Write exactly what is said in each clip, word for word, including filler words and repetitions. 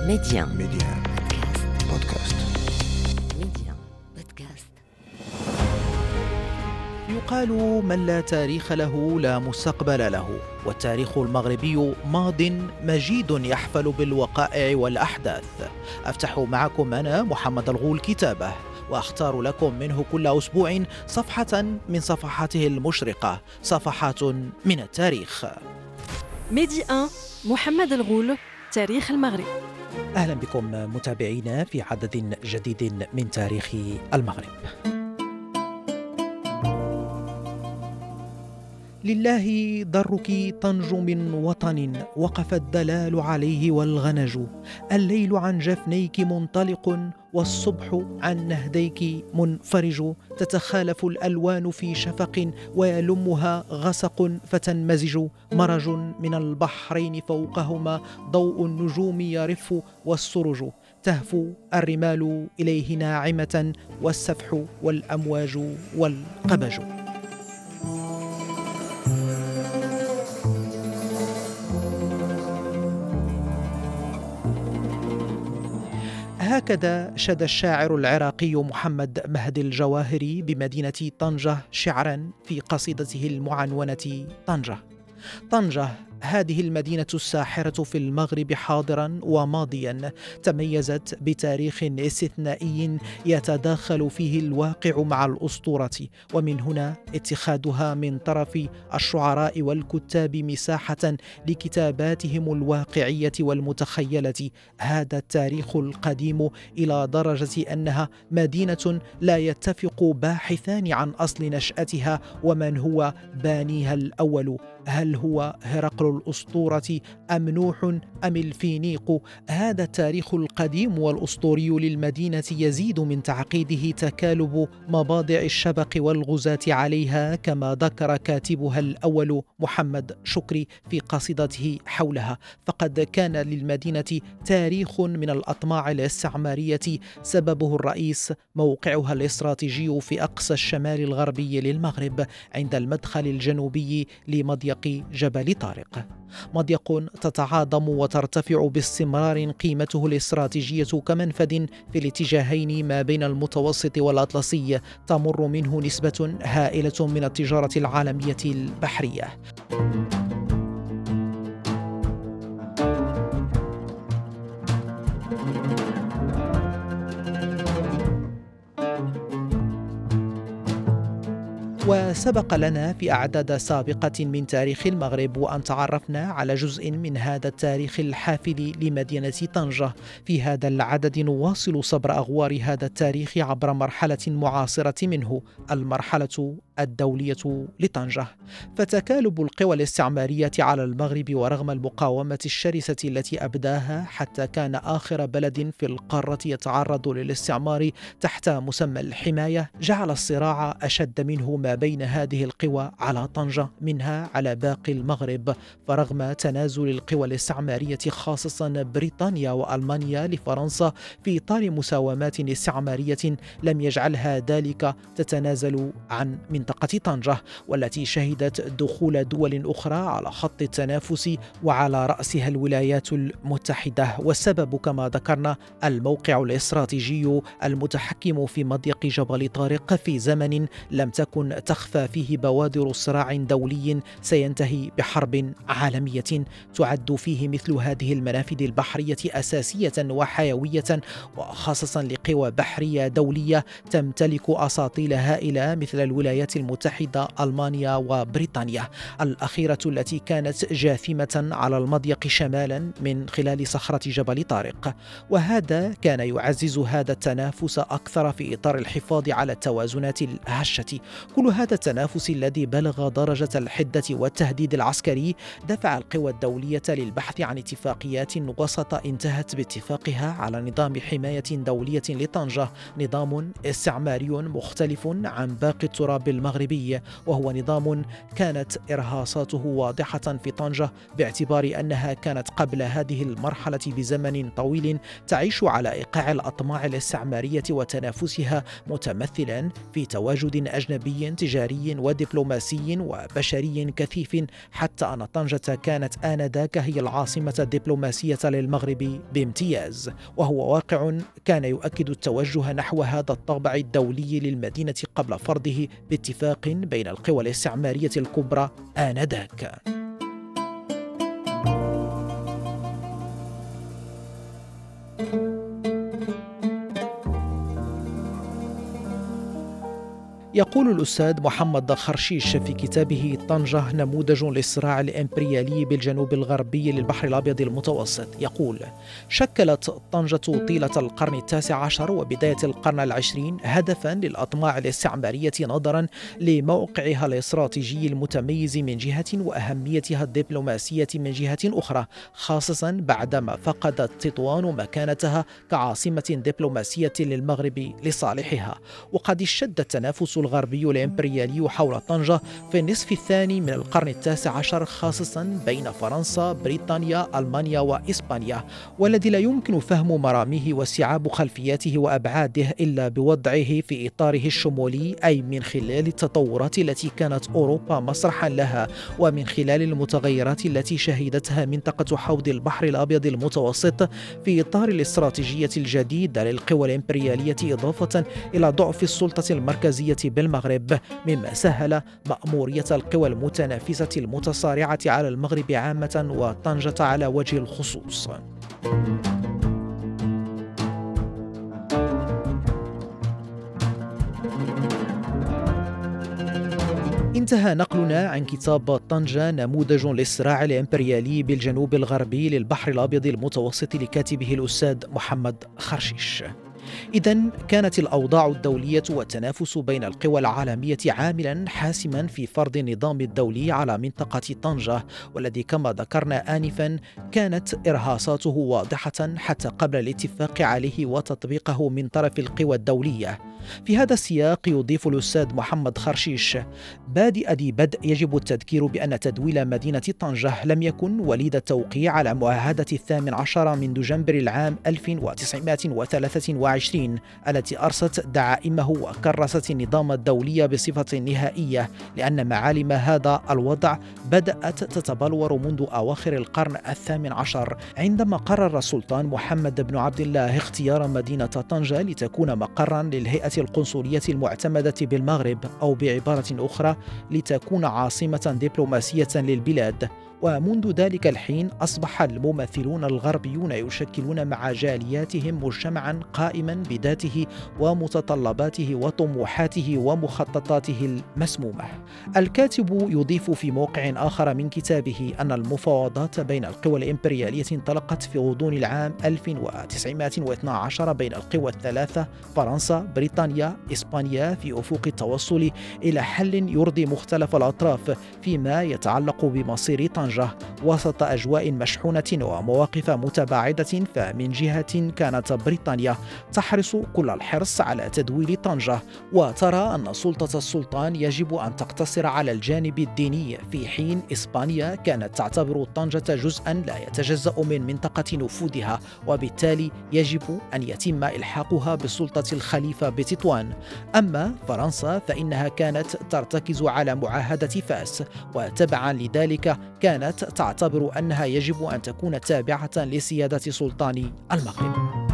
ميديان ميديان بودكاست. ميديان بودكاست. يقال من لا تاريخ له لا مستقبل له، والتاريخ المغربي ماض مجيد يحفل بالوقائع والأحداث. أفتح معكم أنا محمد الغول كتابه، وأختار لكم منه كل أسبوع صفحة من صفحاته المشرقة، صفحات من التاريخ. ميدي واحد محمد الغول، تاريخ المغرب. أهلا بكم متابعينا في عدد جديد من تاريخ المغرب. لله ضرك طنج من وطن، وقف الدلال عليه والغنج. الليل عن جفنيك منطلق، والصبح عن نهديك منفرج. تتخالف الألوان في شفق، ويلمها غسق فتنمزج. مرج من البحرين فوقهما، ضوء النجوم يرف والسرج. تهفو الرمال إليه ناعمة، والسفح والأمواج والقبج. هكذا شد الشاعر العراقي محمد مهدي الجواهري بمدينة طنجة شعرا في قصيدته المعنونة طنجة. طنجة هذه المدينة الساحرة في المغرب حاضرا وماضيا، تميزت بتاريخ استثنائي يتداخل فيه الواقع مع الأسطورة، ومن هنا اتخاذها من طرف الشعراء والكتاب مساحة لكتاباتهم الواقعية والمتخيلة. هذا التاريخ القديم إلى درجة أنها مدينة لا يتفق باحثان عن أصل نشأتها ومن هو بانيها الأول. هل هو هرقل الأسطورة أم نوح أم الفينيق؟ هذا التاريخ القديم والأسطوري للمدينة يزيد من تعقيده تكالب مباضع الشبق والغزاة عليها، كما ذكر كاتبها الأول محمد شكري في قصيدته حولها. فقد كان للمدينة تاريخ من الأطماع الاستعمارية، سببه الرئيس موقعها الاستراتيجي في أقصى الشمال الغربي للمغرب، عند المدخل الجنوبي لمضيق جبل طارق. مضيق تتعاظم وترتفع باستمرار قيمته الاستراتيجية كمنفذ في الاتجاهين ما بين المتوسط والأطلسي، تمر منه نسبة هائلة من التجارة العالمية البحرية. وسبق لنا في أعداد سابقة من تاريخ المغرب وأن تعرفنا على جزء من هذا التاريخ الحافل لمدينة طنجة. في هذا العدد نواصل صبر أغوار هذا التاريخ عبر مرحلة معاصرة منه، المرحلة الدولية لطنجة. فتكالب القوى الاستعمارية على المغرب ورغم المقاومة الشرسة التي أبداها، حتى كان آخر بلد في القارة يتعرض للاستعمار تحت مسمى الحماية، جعل الصراع أشد منه ما بين هذه القوى على طنجة منها على باقي المغرب. فرغم تنازل القوى الاستعمارية خاصة بريطانيا وألمانيا لفرنسا في إطار مساومات استعمارية، لم يجعلها ذلك تتنازل عن منطقة طنجة، والتي شهدت دخول دول أخرى على خط التنافس وعلى رأسها الولايات المتحدة. والسبب كما ذكرنا الموقع الاستراتيجي المتحكم في مضيق جبل طارق في زمن لم تكن تخفى فيه بوادر صراع دولي سينتهي بحرب عالمية. تعد فيه مثل هذه المنافذ البحرية أساسية وحيوية، وخاصة لقوى بحرية دولية تمتلك أساطيل هائلة مثل الولايات المتحدة، ألمانيا وبريطانيا، الأخيرة التي كانت جاثمة على المضيق شمالا من خلال صخرة جبل طارق. وهذا كان يعزز هذا التنافس أكثر في إطار الحفاظ على التوازنات الهشة. كل هذا التنافس الذي بلغ درجة الحدة والتهديد العسكري دفع القوى الدولية للبحث عن اتفاقيات وسط انتهت باتفاقها على نظام حماية دولية لطنجة، نظام استعماري مختلف عن باقي التراب المغربي المغربي، وهو نظام كانت إرهاصاته واضحة في طنجة باعتبار أنها كانت قبل هذه المرحلة بزمن طويل تعيش على إيقاع الأطماع الاستعمارية وتنافسها، متمثلا في تواجد أجنبي تجاري ودبلوماسي وبشري كثيف، حتى أن طنجة كانت آنذاك هي العاصمة الدبلوماسية للمغرب بامتياز، وهو واقع كان يؤكد التوجه نحو هذا الطابع الدولي للمدينة قبل فرضه باتفاق بين القوى الاستعمارية الكبرى آنذاك. يقول الأستاذ محمد خرشيش في كتابه طنجة نموذج للصراع الإمبريالي بالجنوب الغربي للبحر الأبيض المتوسط، يقول: شكلت طنجة طيلة القرن التاسع عشر وبداية القرن العشرين هدفا للأطماع الاستعمارية نظرا لموقعها الاستراتيجي المتميز من جهة وأهميتها الدبلوماسية من جهة أخرى، خاصة بعدما فقدت تطوان مكانتها كعاصمة دبلوماسية للمغرب لصالحها. وقد اشتد التنافس الغربي الإمبريالي حول طنجة في النصف الثاني من القرن التاسع عشر، خاصة بين فرنسا، بريطانيا، ألمانيا وإسبانيا، والذي لا يمكن فهم مراميه واستيعاب خلفياته وأبعاده إلا بوضعه في إطاره الشمولي، أي من خلال التطورات التي كانت أوروبا مسرحا لها، ومن خلال المتغيرات التي شهدتها منطقة حوض البحر الأبيض المتوسط في إطار الاستراتيجية الجديدة للقوى الإمبريالية، إضافة إلى ضعف السلطة المركزية بالمغرب، مما سهل مأمورية القوى المتنافسة المتصارعة على المغرب عامة وطنجة على وجه الخصوص. انتهى نقلنا عن كتاب طنجة نموذج للصراع الإمبريالي بالجنوب الغربي للبحر الأبيض المتوسط لكاتبه الأستاذ محمد خرشيش. إذن كانت الأوضاع الدولية والتنافس بين القوى العالمية عاملا حاسما في فرض النظام الدولي على منطقة طنجة، والذي كما ذكرنا آنفا كانت إرهاصاته واضحة حتى قبل الاتفاق عليه وتطبيقه من طرف القوى الدولية. في هذا السياق يضيف الأستاذ محمد خرشيش: بادئ ذي بدء يجب التذكير بأن تدويل مدينة طنجة لم يكن وليد التوقيع على معاهدة الثامن عشر من دجنبر العام ألف وتسعمائة وثلاثة وعشرين التي أرست دعائمه وكرست النظام الدولي بصفة نهائية، لأن معالم هذا الوضع بدأت تتبلور منذ أواخر القرن الثامن عشر، عندما قرر السلطان محمد بن عبد الله اختيار مدينة طنجة لتكون مقرا للهيئة القنصلية المعتمدة بالمغرب، أو بعبارة أخرى لتكون عاصمة دبلوماسية للبلاد. ومنذ ذلك الحين أصبح الممثلون الغربيون يشكلون مع جالياتهم مجتمعا قائما بذاته ومتطلباته وطموحاته ومخططاته المسمومة. الكاتب يضيف في موقع آخر من كتابه أن المفاوضات بين القوى الإمبريالية انطلقت في غضون العام ألف وتسعمائة واثني عشر بين القوى الثلاثة فرنسا، بريطانيا، إسبانيا، في أفق التوصل إلى حل يرضي مختلف الأطراف فيما يتعلق بمصير طنجة وسط أجواء مشحونة ومواقف متباعدة. فمن جهة كانت بريطانيا تحرص كل الحرص على تدويل طنجة، وترى أن سلطة السلطان يجب أن تقتصر على الجانب الديني، في حين إسبانيا كانت تعتبر طنجة جزءا لا يتجزأ من منطقة نفوذها، وبالتالي يجب أن يتم إلحاقها بسلطة الخليفة بتطوان. أما فرنسا فإنها كانت ترتكز على معاهدة فاس، وتبعا لذلك كانت تعتبر أنها يجب أن تكون تابعة لسيادة سلطان المغرب.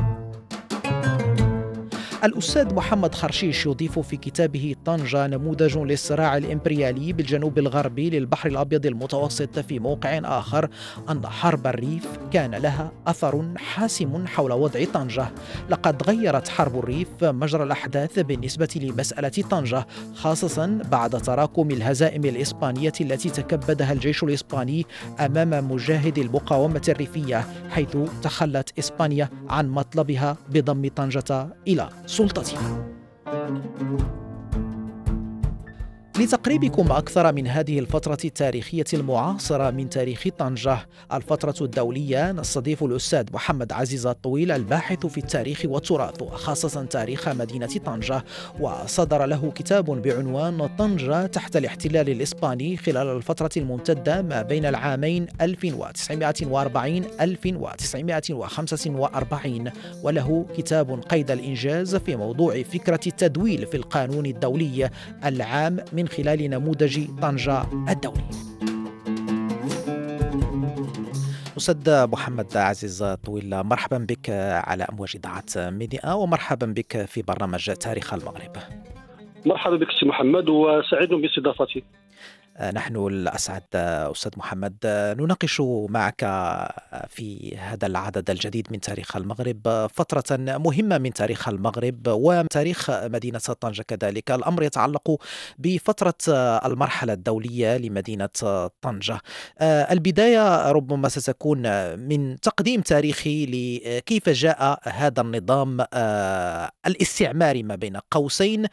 الأستاذ محمد خرشيش يضيف في كتابه طنجة نموذج للصراع الإمبريالي بالجنوب الغربي للبحر الأبيض المتوسط في موقع آخر أن حرب الريف كان لها أثر حاسم حول وضع طنجة. لقد غيرت حرب الريف مجرى الأحداث بالنسبة لمسألة طنجة، خاصة بعد تراكم الهزائم الإسبانية التي تكبدها الجيش الإسباني أمام مجاهد المقاومة الريفية، حيث تخلت إسبانيا عن مطلبها بضم طنجة إلى سلطتها. لتقريبكم أكثر من هذه الفترة التاريخية المعاصرة من تاريخ طنجة، الفترة الدولية، نستضيف الأستاذ محمد عزيز الطويل الباحث في التاريخ والتراث وخاصة تاريخ مدينة طنجة، وصدر له كتاب بعنوان طنجة تحت الاحتلال الإسباني خلال الفترة الممتدة ما بين العامين ألف وتسعمائة وأربعين ألف وتسعمائة وخمسة وأربعين، وله كتاب قيد الإنجاز في موضوع فكرة التدويل في القانون الدولي العام من خلال نموذج طنجة الدولي. أستاذ محمد عزيز طويل، مرحبا بك على أمواج إذاعة ميديا ومرحبا بك في برنامج تاريخ المغرب. مرحبا بك سي محمد وسعيد باستضافتي. نحن الأسعد أستاذ محمد، نناقش معك في هذا العدد الجديد من تاريخ المغرب فترة مهمة من تاريخ المغرب وتاريخ مدينة طنجة كذلك. الأمر يتعلق بفترة المرحلة الدولية لمدينة طنجة. البداية ربما ستكون من تقديم تاريخي لكيف جاء هذا النظام الاستعماري ما بين قوسين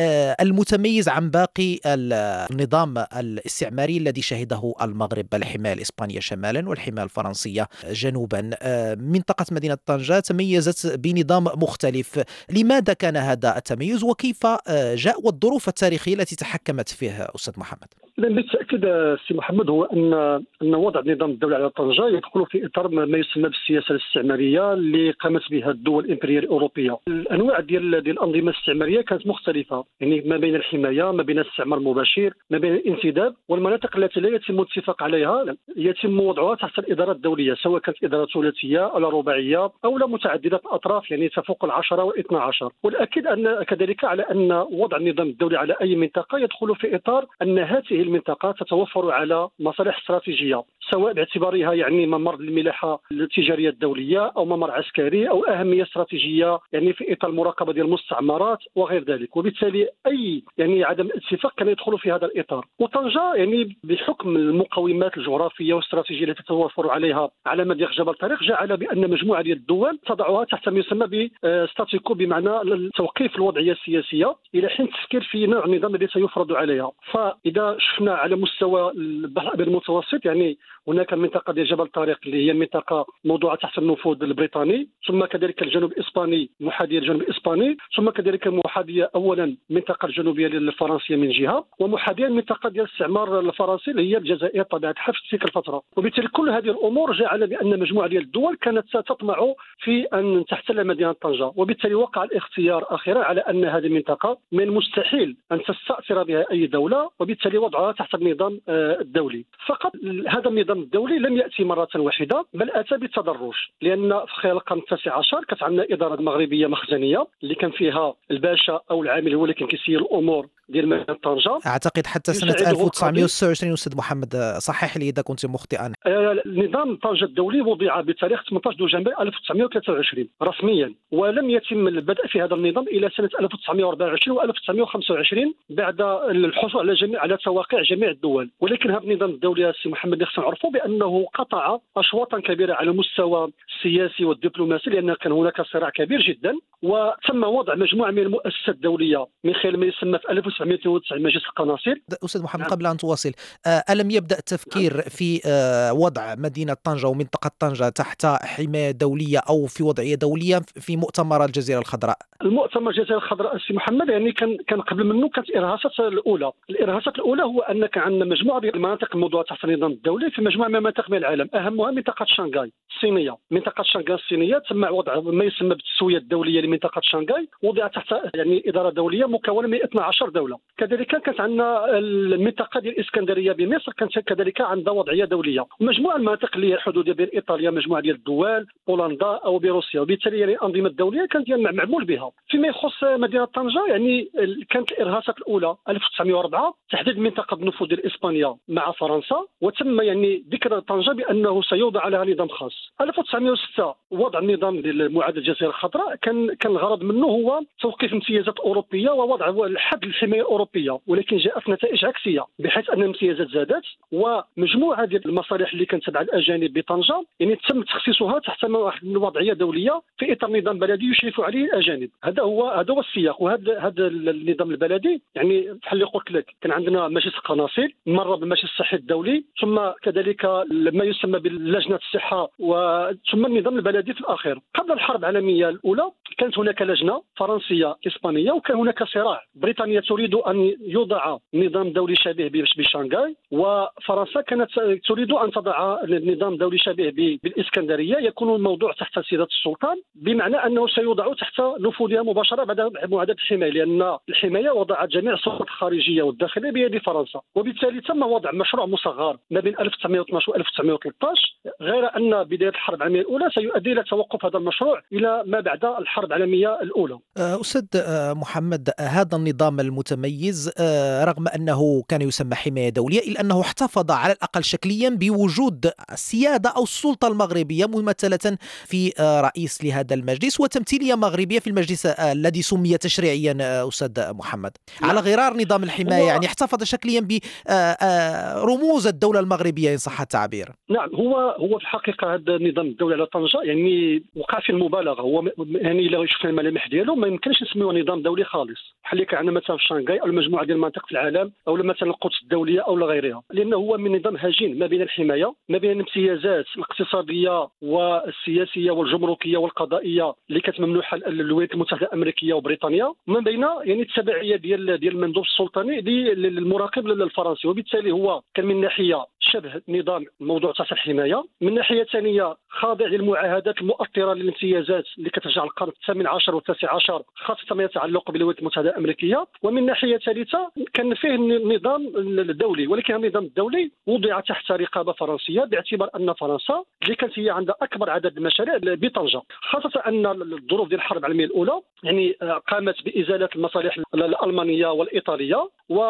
المتميز عن باقي النظام الاستعماري الذي شهده المغرب، الحماية الإسبانية شمالا والحماية الفرنسية جنوبا. منطقة مدينة طنجة تميزت بنظام مختلف، لماذا كان هذا التميز وكيف جاء والظروف التاريخية التي تحكمت فيه أستاذ محمد؟ بالتأكيد سي محمد هو أن أن وضع نظام الدولة على طنجة يدخل في إطار ما يسمى بالسياسة الاستعمارية اللي قامت بها الدول الإمبريالية الأوروبية. الأنواع ديال ديال الأنظمة الاستعمارية كانت مختلفة، يعني ما بين الحماية، ما بين الاستعمار المباشر، ما بين الانسداد، والمناطق التي لا يتم الاتفاق عليها يتم وضعها تحت الإدارة الدولية، سواء كانت إدارة ثلاثية أو رباعية أو لا متعددة الأطراف، يعني تفوق العشرة والاثنى عشر. والأكيد أن كذلك على أن وضع النظام الدولي على أي منطقة يدخل في إطار أن هذه المنطقة تتوفر على مصالح استراتيجية، سواء باعتبارها يعني ممر الملاحة التجارية الدولية أو ممر عسكري أو أهمية استراتيجية يعني في إطار المراقبة ديال المستعمرات وغير ذلك. وبالتالي أي يعني عدم اتفاق كان يدخل في هذا الإطار. وطنجة يعني بحكم المقومات الجغرافية والاستراتيجية التي تتوفر عليها على مضيق جبل طارق جعل بأن مجموعة ديال الدول تضعها تحت ما يسمى بستاتيكو، بمعنى توقيف الوضعية السياسية إلى حين التفكير في نوع النظام الذي سيفرض عليها. فإذا شفنا على مستوى البحر الأبيض المتوسط، يعني هناك منطقة ديال جبل طارق اللي هي منطقة موضوعة تحت النفوذ البريطاني، ثم كذلك الجنوب الإسباني محاذية للجنوب الإسباني، ثم كذلك محاذية أولا المنطقة الجنوبية للفرنسية من جهة، ومحاذية المنطقة ديال الاستعمار الفرنسي اللي هي الجزائر طبيعة الحال في تلك الفترة. وبالتالي كل هذه الأمور جعل بأن مجموعة ديال الدول كانت تطمع في أن تحتل مدينة طنجة، وبالتالي وقع الاختيار أخيرا على أن هذه المنطقة من المستحيل أن تستأثر بها أي دولة، وبالتالي وضعها تحت النظام الدولي. فقط هذا النظام الدولي لم يأتي مرة واحدة بل أتى بالتدرج، لأن في خلال القرن التاسع عشر كانت عندنا إدارة مغربية مخزنية اللي كان فيها الباشا أو العامل هو اللي كان كيسير الأمور ديال مدينة طنجة. أعتقد حتى سنة ألف وتسعمائة وستة وعشرين أستاذ محمد، صحح لي إذا كنت مخطئا. نظام طنجة الدولي وضع بتاريخ ثمانية عشر دجنبر ألف وتسعمائة وثلاثة وعشرين رسميا، ولم يتم البدء في هذا النظام إلى سنة ألف وتسعمائة وأربعة وعشرين وألف وتسعمائة وخمسة وعشرين بعد الحصول على جميع على توقيع جميع الدول. ولكن هذا النظام الدولي السي محمد خصنا نعرفوا بأنه قطع أشواطا كبيرة على المستوى السياسي والدبلوماسي، لأن كان هناك صراع كبير جدا، وتم وضع مجموعة من المؤسسات الدولية من خلال ما يسمى في ألف وتسعمائة واثنين وتسعين مجلس القناصل. أستاذ محمد قبل أن تواصل، ألم يبدأ التفكير في وضع مدينة طنجة ومنطقة طنجة تحت حماية دولية أو في وضعية دولية في مؤتمر الجزيرة الخضراء؟ المؤتمر الجزيرة الخضراء السي محمد يعني كان كان قبل منه كانت الإرهاصات الأولى. الإرهاصات الأولى هو أن كان عندنا مجموعة من المناطق الموضوعة تحت النظام الدولي في مجموعة من المناطق من العالم، أهمها منطقة شانغهاي الصينية. منطقة شانغهاي الصينية تم وضع ما يسمى بالتسوية الدولية لمنطقة شانغهاي، وضعت تحت يعني إدارة دولية مكونة من اثنتي عشرة دولة. كذلك كانت عندنا المنطقة ديال الإسكندرية بمصر كانت كذلك عندها وضعية دولية، ومجموعة المناطق اللي هي الحدودية بين إيطاليا، مجموعة ديال الدول، بولندا أو بروسيا. وبالتالي يعني الأنظمة الدولية كانت معمول بها. فيما يخص مدينة طنجة يعني كانت الإرهاصات الأولى ألف وتسعمائة وأربعة تحديد منطقة النفوذ ديال إسبانيا مع فرنسا، وتم يعني ذكر طنجة بأنه سيوضع لها نظام خاص. ألف وتسعمائة وستة وضع النظام ديال معاهدة الجزيرة الخضراء كان كان الغرض منه هو توقيف امتيازات أوروبية ووضع الحد للحماية الأوروبية، ولكن جاءت نتائج عكسية بحيث أن الامتيازات زادت ومجموعة ديال المصالح اللي كانت تبع الأجانب بطنجة يعني تم تخصيصها تحت وضعية دولية في إطار نظام بلدي يشرف عليه الأجانب. هذا هو هذا هو السياق. وهذا هذا النظام البلدي يعني بحال اللي قلت لك كان عندنا مجلس القناصل مر بالمجلس الصحي الدولي، ثم كذلك ما يسمى بلجنة الصحة، وثم النظام البلدي في الأخير. قبل الحرب العالمية الأولى كانت هناك لجنة فرنسية إسبانية وكان هناك صراع. بريطانيا تريد أن يوضع نظام دولي شبيه بشنغهاي، وفرنسا كانت تريد أن تضع نظام دولي شبيه بالإسكندرية يكون الموضوع تحت سيادة السلطان، بمعنى أنه سيوضع تحت نفوذها مباشرة بعد معاهدة الحماية، لأن الحماية وضعت جميع السلطات الخارجية والداخلية بيد فرنسا. وبالتالي تم وضع مشروع مصغر ما بين ألف وتسعمائة واثني عشر و ألف وتسعمائة وثلاثة عشر، غير أن بداية الحرب العالمية الأولى سيؤدي إلى توقف هذا المشروع إلى ما بعد الحرب العالمية الأولى. أستاذ محمد، هذا النظام المتميز رغم أنه كان يسمى حماية دولية إلا أنه احتفظ على الأقل شكليا بوجود السيادة أو السلطة المغربية ممثلة في رئيس لهذا المجلس وتمثيلية مغربية في المجلس الذي سمي تشريعيا أستاذ محمد، على غرار نظام الحماية. يعني احتفظ شكليا برموز الدولة المغربية إن صح التعبير. نعم، هو هو في الحقيقة هذا النظام الدولي على طنجة يعني وقع في المبالغة. هو يعني إلا شفنا الملامح ديالو ما يمكنش نسميوه نظام دولي خالص بحال اللي كان عندنا مثلا في شنغهاي أو المجموعة ديال المناطق في العالم أو مثلا القدس الدولية أو غيرها، لأنه هو من نظام هجين ما بين الحماية ما بين الامتيازات الاقتصادية والسياسية والجمركية والقضائية اللي كانت ممنوحة للولايات المتحدة الأمريكية وبريطانيا، ومن بين يعني التبعية ديال ديال المندوب السلطاني للمراقب الفرنسي. وبالتالي هو كان من ناحية شبه نظام موضوع تحت الحماية، من ناحية ثانية خاضع للمعاهدات المؤطرة للامتيازات اللي كترجع للقرن الثامن عشر والتاسع عشر خاصة ما يتعلق بالولايات المتحدة الأمريكية، ومن ناحية ثالثة كان فيه النظام الدولي، ولكن النظام الدولي وضع تحت رقابة فرنسية باعتبار أن فرنسا اللي كانت هي عندها أكبر عدد المشاريع بطنجة، خاصة أن الظروف ديال الحرب العالمية الأولى يعني قامت بإزالة المصالح الألمانية والإيطالية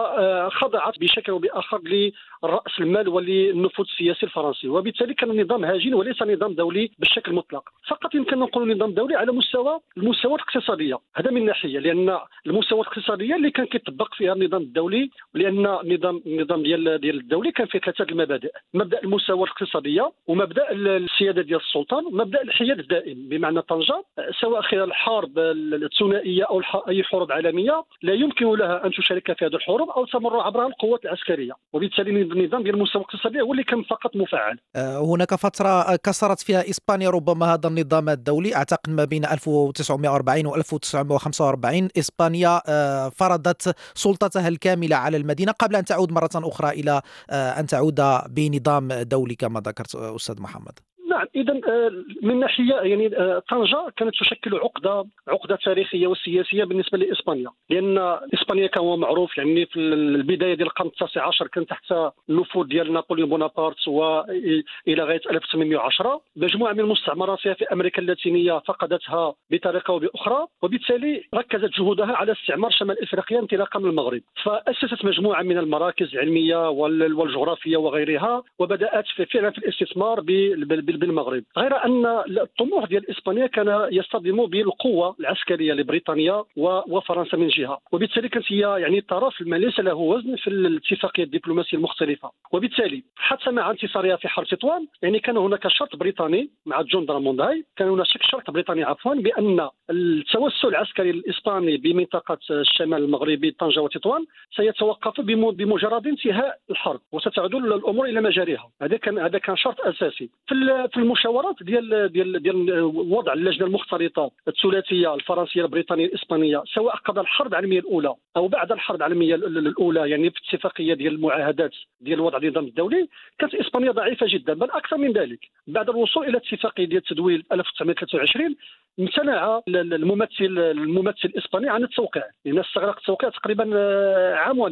وخضعت بشكل أو بآخر لرأس المال وللنفوذ السياسي الفرنسي، وبالتالي كان النظام هاجين وليس نظام دولي بالشكل المطلق. فقط يمكن نقول نظام دولي على مستوى المستوى الاقتصادية، هذا من ناحية، لأن المستوى الاقتصادية اللي كان كيطبق فيها النظام الدولي، لأن نظام النظام ديال ديال الدولي كان فيه ثلاثة المبادئ: مبدأ المساواة الاقتصادية ومبدأ السيادة ديال السلطان ومبدأ الحياد الدائم، بمعنى طنجة سواء خلال الحرب الثنائية أو أي حروب عالمية لا يمكن لها أن تشارك في هذه الحروب أو تمر عبرها القوات العسكرية، وبالتالي النظام ديال المستوى الاقتصادي هو اللي كان فقط مفعل. هناك فترة كسرت فيها إسبانيا ربما هذا النظام الدولي، أعتقد ما بين ألف وتسعمائة وأربعين و ألف وتسعمائة وخمسة وأربعين إسبانيا فرضت سلطتها الكاملة على المدينة قبل أن تعود مرة أخرى إلى أن تعود بنظام دولي كما ذكرت أستاذ محمد. نعم، إذا من ناحية يعني طنجة كانت تشكل عقدة عقدة تاريخية وسياسية بالنسبة لإسبانيا، لأن إسبانيا كما معروف يعني في البداية ديال القرن التاسع عشر كان تحت النفوذ ديال نابليون بونابرت وإلى غاية ألف وثمانمائة وعشرة. مجموعة من المستعمرات في أمريكا اللاتينية فقدتها بطريقة أو بأخرى، وبالتالي ركزت جهودها على استعمار شمال إفريقيا انطلاقا من المغرب، فأسست مجموعة من المراكز العلمية والجغرافية وغيرها، وبدأت فعلا في الاستثمار بالمغرب. غير أن الطموح ديال إسبانيا كان يصطدم بالقوة العسكرية لبريطانيا وفرنسا من جهة، وبالتالي كانت هي يعني الطرف ما ليس له وزن في الاتفاقية الدبلوماسية المختلفة. وبالتالي حتى مع انتصارها في حرب تطوان يعني كان هناك شرط بريطاني مع جون درامونداي، كان هناك شرط بريطاني عفوا بأن التوسع العسكري الإسباني بمنطقة الشمال المغربي طنجة وتطوان سيتوقف بمجرد انتهاء الحرب وستعود الأمور إلى مجاريها. هذا كان هذا كان شرط أساسي في في المشاورات ديال ديال ديال وضع اللجنه المختلطه الثلاثيه الفرنسيه البريطانيه الاسبانيه، سواء قبل الحرب العالميه الاولى او بعد الحرب العالميه الاولى، يعني في اتفاقيه ديال المعاهدات ديال وضع النظام الدولي، كانت اسبانيا ضعيفه جدا، بل اكثر من ذلك. بعد الوصول الى اتفاقيه ديال التدويل ألف وتسعمائة وثلاثة وعشرين امتنع الممثل الممثل الاسباني عن التوقيع، لان استغرق التوقيع تقريبا عام ونصف.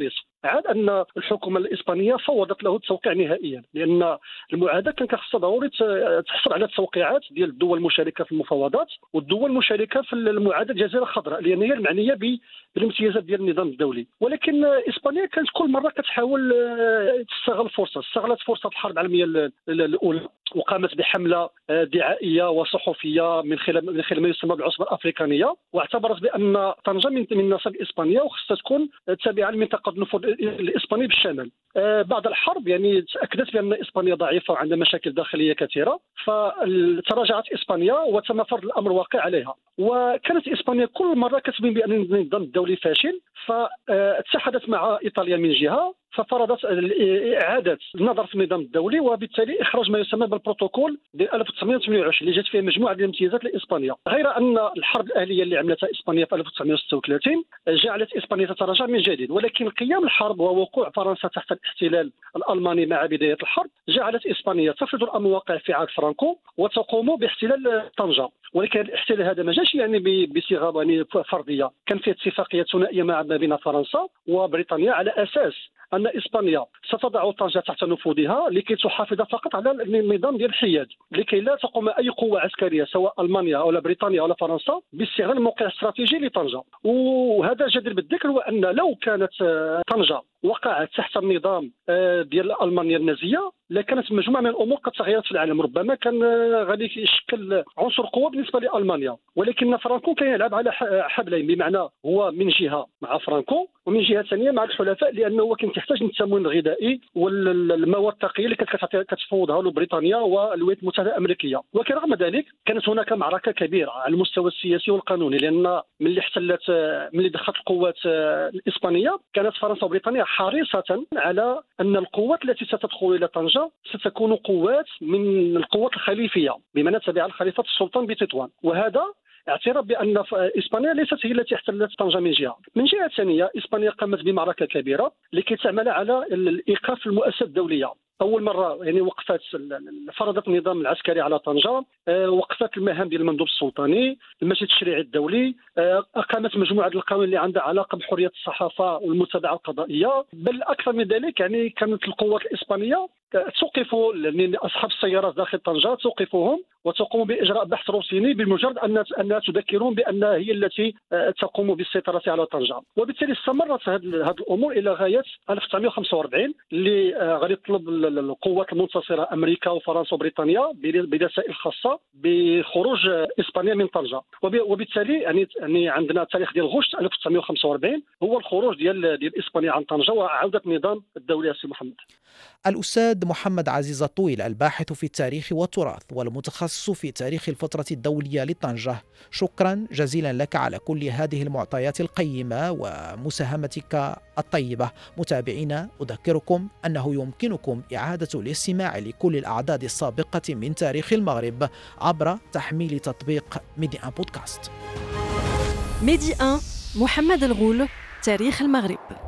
عاد ان الحكومه الاسبانيه فوضت له التوقيع نهائيا، لان المعاهده كان خصها ضروري تحصل على التوقيعات ديال الدول المشاركه في المفاوضات والدول المشاركه في المعاهده الجزيره الخضراء، لان هي المعنيه بالامتيازات ديال النظام الدولي. ولكن اسبانيا كانت كل مره كتحاول تستغل فرصه، استغلت فرصه الحرب العالميه الاولى وقامت بحمله دعائيه وصحفيه من خلال من خلال ما يسمى بالعصبه الافريقانيه، واعتبرت بان طنجه من من نصيب اسبانيا وخصها تكون تابعه لمنطقه النفوذ الاسباني بالشمال. بعد الحرب يعني تاكدت بان اسبانيا ضعيفه وعندها مشاكل داخليه كثيره، فتراجعت اسبانيا وتم فرض الامر الواقع عليها. وكانت اسبانيا كل مره كتبين بان النظام الدولي فاشل، فاتحدت مع ايطاليا من جهه ففرضت اعاده النظر في النظام الدولي، وبالتالي اخراج ما يسمى بالبروتوكول ديال ألف وتسعمائة وثمانية وعشرين اللي جات فيه مجموعه ديال الامتيازات لاسبانيا. غير ان الحرب الاهليه اللي عملتها اسبانيا في ألف وتسعمائة وستة وثلاثين جعلت اسبانيا تتراجع من جديد، ولكن قيام الحرب ووقوع فرنسا تحت الاحتلال الالماني مع بدايه الحرب جعلت اسبانيا تفرض الامر الواقع في عهد فرانكو وتقوم باحتلال طنجه. ولكن الاحتلال هذا ما جاش يعني بصيغه يعني فرديه، كان فيه اتفاقيه ثنائيه ما بين فرنسا وبريطانيا على اساس ان اسبانيا ستضع طنجه تحت نفوذها لكي تحافظ فقط على النظام ديال الحياد، لكي لا تقوم اي قوه عسكريه سواء المانيا او بريطانيا او فرنسا باستغلال الموقع الاستراتيجي لطنجه. وهذا جدير بالذكر هو ان لو كانت طنجه وقعت تحت النظام ديال المانيا النازيه لكانت مجموعه من الامور قد تغيرت في العالم، ربما كان غادي يشكل عنصر قوه بالنسبه لالمانيا. ولكن فرانكو كان يلعب على حبلين، بمعنى هو من جهه مع فرانكو ومن جهه ثانيه مع الحلفاء، لانه هو كان يحتاج التموين الغذائي والمواد الثقيله اللي كانت كتفوضها له بريطانيا والولايات المتحده الامريكيه. ولكن رغم ذلك كانت هناك معركه كبيره على المستوى السياسي والقانوني، لان ملي احتلت ملي دخلت القوات الاسبانيه كانت فرنسا وبريطانيا حريصه على ان القوات التي ستدخل الى طنجه ستكون قوات من القوات الخليفيه، بمعنى تابعه لخليفه السلطان بتطوان. وهذا اعتراف بان اسبانيا ليست هي التي احتلت طنجه من جهه، من جهه ثانيه اسبانيا قامت بمعركه كبيره لكي تعمل على الايقاف المؤسسات الدوليه. اول مره يعني وقفت فرضت النظام العسكري على طنجه، وقفت المهام ديال المندوب السلطاني، المجلس التشريعي الدولي، اقامت مجموعه القوانين اللي عندها علاقه بحريه الصحافه والمتابعه القضائيه. بل اكثر من ذلك يعني كانت القوات الاسبانيه توقفوا يعني اصحاب السيارات داخل طنجه توقفوهم وتقوم باجراء بحث روتيني بمجرد ان انها تذكرهم بان هي التي تقوم بالسيطره على طنجه. وبالتالي استمرت هذه الامور الى غايه ألف وتسعمائة وخمسة وأربعين اللي غادي تطلب القوات المنتصره امريكا وفرنسا وبريطانيا برسائل خاصه بخروج اسبانيا من طنجه. وبالتالي يعني يعني عندنا التاريخ ديال غشت ألف وتسعمائة وخمسة وأربعين هو الخروج ديال ديال اسبانيا عن طنجه وعوده النظام الدولي السي محمد. الأستاذ محمد عزيز الطويل، الباحث في التاريخ والتراث والمتخصص في تاريخ الفترة الدولية لطنجة، شكرا جزيلا لك على كل هذه المعطيات القيمة ومساهمتك الطيبة. متابعينا، أذكركم أنه يمكنكم إعادة الاستماع لكل الأعداد السابقة من تاريخ المغرب عبر تحميل تطبيق ميدي آن بودكاست. ميدي آن، محمد الغول، تاريخ المغرب.